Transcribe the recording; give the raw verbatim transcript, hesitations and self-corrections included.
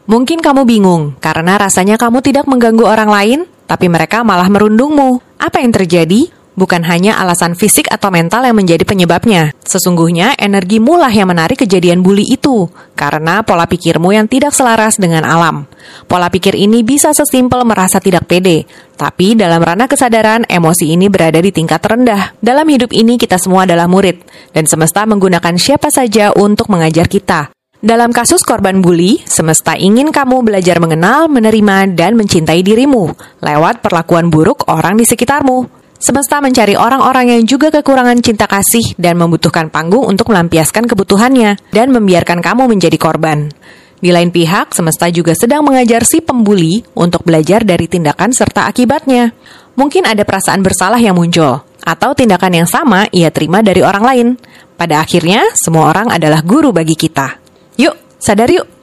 Mungkin kamu bingung karena rasanya kamu tidak mengganggu orang lain, tapi mereka malah merundungmu. Apa yang terjadi? Bukan hanya alasan fisik atau mental yang menjadi penyebabnya. Sesungguhnya energimu lah yang menarik kejadian bully itu, karena pola pikirmu yang tidak selaras dengan alam. Pola pikir ini bisa sesimpel merasa tidak pede, tapi dalam ranah kesadaran, emosi ini berada di tingkat rendah. Dalam hidup ini kita semua adalah murid, dan semesta menggunakan siapa saja untuk mengajar kita. Dalam kasus korban bully, semesta ingin kamu belajar mengenal, menerima, dan mencintai dirimu lewat perlakuan buruk orang di sekitarmu. Semesta mencari orang-orang yang juga kekurangan cinta kasih dan membutuhkan panggung untuk melampiaskan kebutuhannya dan membiarkan kamu menjadi korban. Di lain pihak, semesta juga sedang mengajar si pembuli untuk belajar dari tindakan serta akibatnya. Mungkin ada perasaan bersalah yang muncul, atau tindakan yang sama ia terima dari orang lain. Pada akhirnya, semua orang adalah guru bagi kita. Yuk, sadar yuk!